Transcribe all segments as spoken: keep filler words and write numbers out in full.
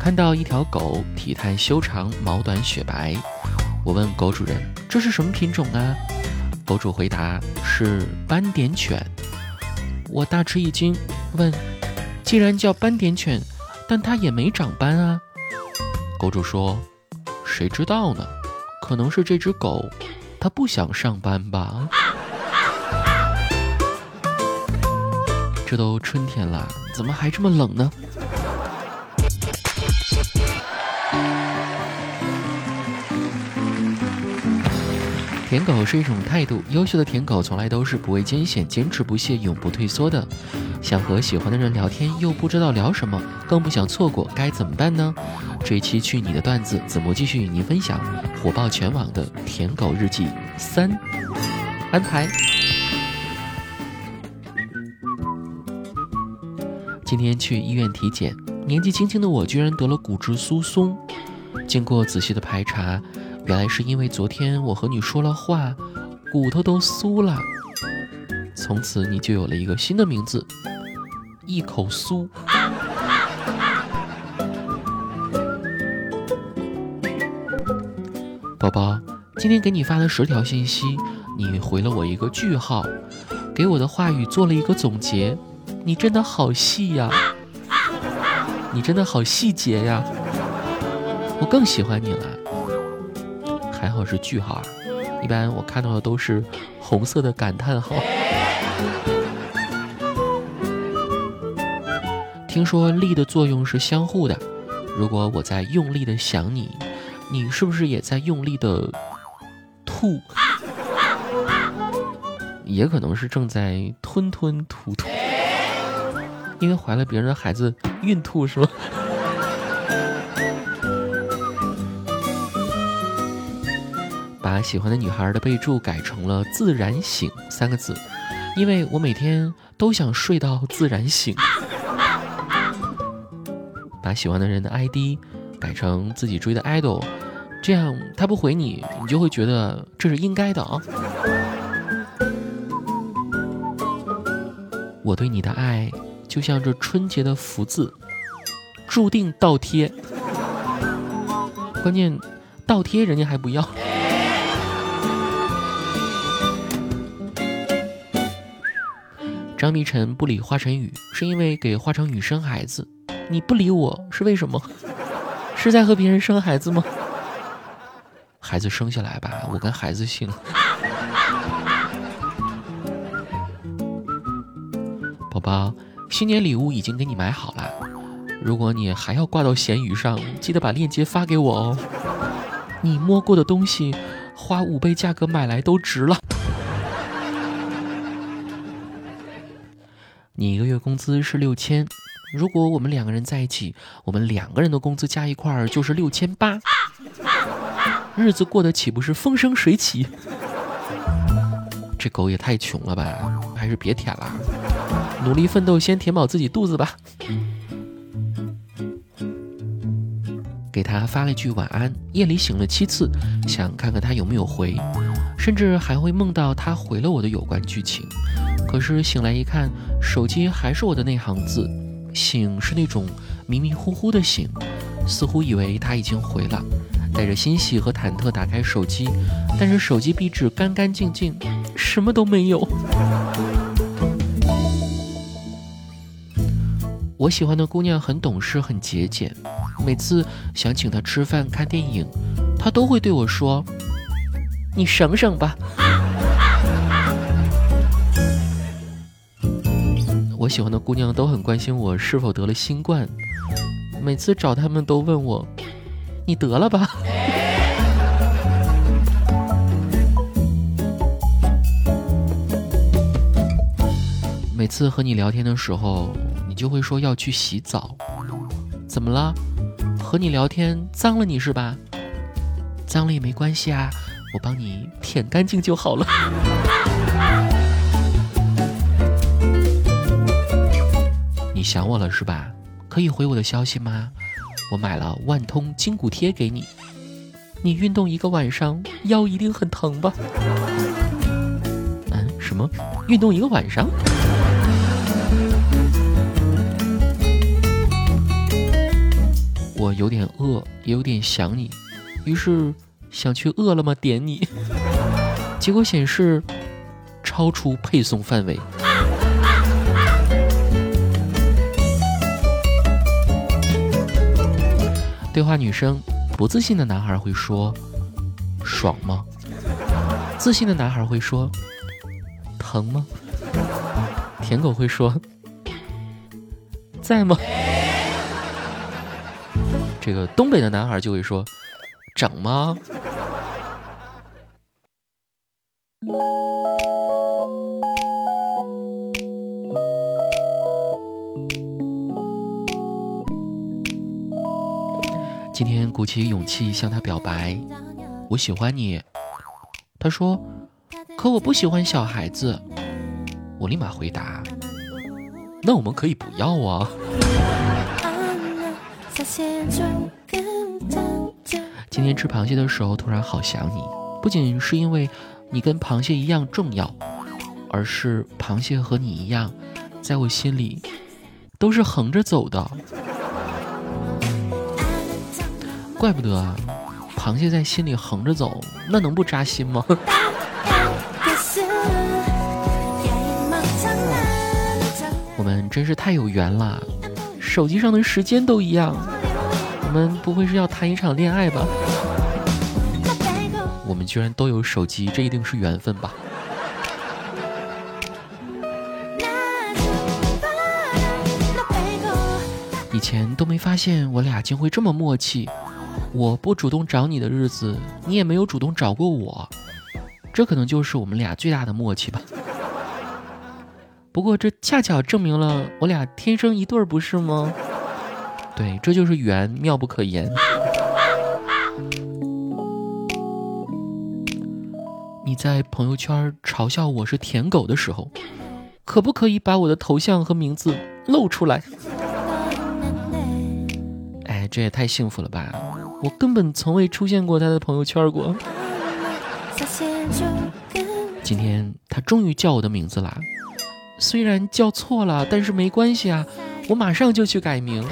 看到一条狗，体态修长，毛短雪白。我问狗主人，这是什么品种啊？狗主回答，是斑点犬。我大吃一惊，问，既然叫斑点犬，但它也没长斑啊。狗主说，谁知道呢，可能是这只狗它不想上班吧。这都春天了，怎么还这么冷呢？舔狗是一种态度，优秀的舔狗从来都是不畏艰险，坚持不懈，永不退缩的。想和喜欢的人聊天，又不知道聊什么，更不想错过，该怎么办呢？这一期去你的段子，子墨继续与您分享火爆全网的舔狗日记三，安排。今天去医院体检，年纪轻轻的我居然得了骨质疏松。经过仔细的排查，原来是因为昨天我和你说了话，骨头都酥了。从此你就有了一个新的名字，一口酥。宝宝，今天给你发了十条信息，你回了我一个句号，给我的话语做了一个总结。你真的好细呀，你真的好细节呀，我更喜欢你了。还好是句号啊，一般我看到的都是红色的感叹号。听说力的作用是相互的，如果我在用力的想你，你是不是也在用力的吐？也可能是正在吞吞吐吐，因为怀了别人的孩子孕吐是吗？把喜欢的女孩的备注改成了自然醒三个字，因为我每天都想睡到自然醒。把喜欢的人的 I D 改成自己追的 idol， 这样他不回你，你就会觉得这是应该的啊。我对你的爱就像这春节的福字，注定倒贴。关键倒贴人家还不要。张碧晨不理华晨宇，是因为给华晨宇生孩子。你不理我是为什么？是在和别人生孩子吗？孩子生下来吧，我跟孩子姓。宝宝，新年礼物已经给你买好了，如果你还要挂到闲鱼上，记得把链接发给我哦。你摸过的东西，花五倍价格买来都值了。你一个月工资是六千，如果我们两个人在一起，我们两个人的工资加一块儿就是六千八，日子过得岂不是风生水起？这狗也太穷了吧，还是别舔了，努力奋斗，先填饱自己肚子吧。给他发了一句晚安，夜里醒了七次，想看看他有没有回，甚至还会梦到他回了我的有关剧情。可是醒来一看，手机还是我的那行字，醒是那种迷迷糊糊的醒，似乎以为他已经回了，带着欣喜和忐忑打开手机，但是手机壁纸干干净净，什么都没有。我喜欢的姑娘很懂事，很节俭，每次想请她吃饭看电影，她都会对我说，你省省吧。我喜欢的姑娘都很关心我是否得了新冠，每次找他们都问我，你得了吧？每次和你聊天的时候，你就会说要去洗澡。怎么了？和你聊天脏了你是吧？脏了也没关系啊，我帮你舔干净就好了。你想我了是吧？可以回我的消息吗？我买了万通筋骨贴给你，你运动一个晚上腰一定很疼吧？嗯，什么？运动一个晚上？我有有点饿，也有点想你，于是想去饿了么点你，结果显示超出配送范围。对话女生，不自信的男孩会说爽吗？自信的男孩会说疼吗？舔狗会说在吗？这个东北的男孩就会说整吗？今天鼓起勇气向他表白，我喜欢你。他说可我不喜欢小孩子。我立马回答那我们可以不要啊。今天吃螃蟹的时候突然好想你，不仅是因为你跟螃蟹一样重要，而是螃蟹和你一样在我心里都是横着走的。怪不得啊，螃蟹在心里横着走，那能不扎心吗？我们真是太有缘了，手机上的时间都一样。我们不会是要谈一场恋爱吧？我们居然都有手机，这一定是缘分吧？以前都没发现我俩竟会这么默契。我不主动找你的日子，你也没有主动找过我，这可能就是我们俩最大的默契吧。不过这恰巧证明了我俩天生一对儿，不是吗？对，这就是缘，妙不可言。你在朋友圈嘲笑我是舔狗的时候，可不可以把我的头像和名字露出来？哎，这也太幸福了吧，我根本从未出现过他的朋友圈过。今天他终于叫我的名字了，虽然叫错了，但是没关系啊，我马上就去改名。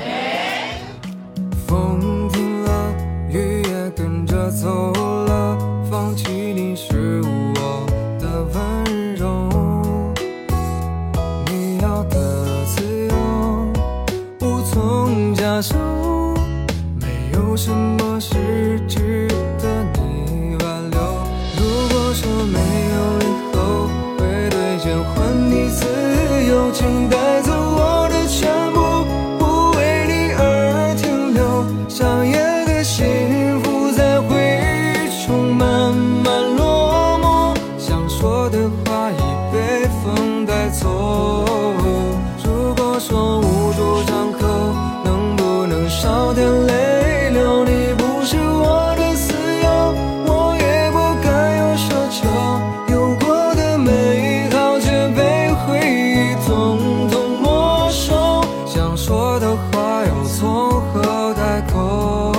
风停了，雨也跟着走了，放弃你是我的温柔，你要的自由无从假手，没有什么是值得你挽留。如果说没有以后会兑现还你自由，请带走我的全部，不为你而停留。想夜的幸福在回忆中慢慢落寞，想说的话已被风带走。如果说无处张口，能不能少点泪流？你不是我的自由，我也不该有奢求。有过的美好却被回忆统统没收，想说的话又从何开口？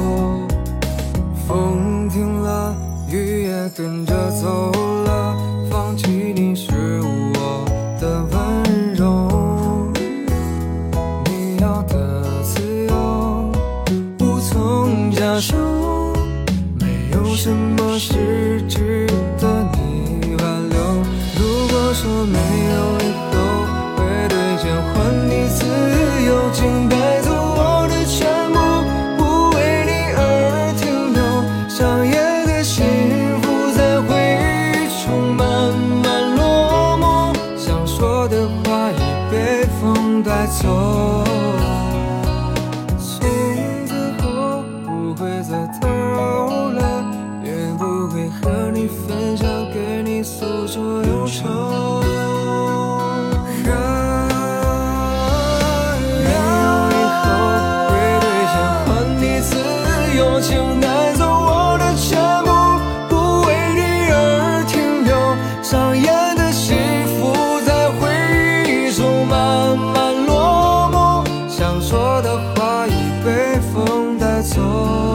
风停了，雨也跟着走了，放弃你是我的温柔，你要的自由无从假手，没有什么是值得你挽留。如果说没有以后会兑现还你自由，请带走我的全部，不为你而停留。想夜的幸福在回忆中慢慢落寞，想说的话已被风带走。从此后不会再打扰了，也不会和你分享，给你诉说忧愁。请带走我的全部，不为你而停留。上演的幸福在回忆中慢慢落寞，想说的话已被风带走。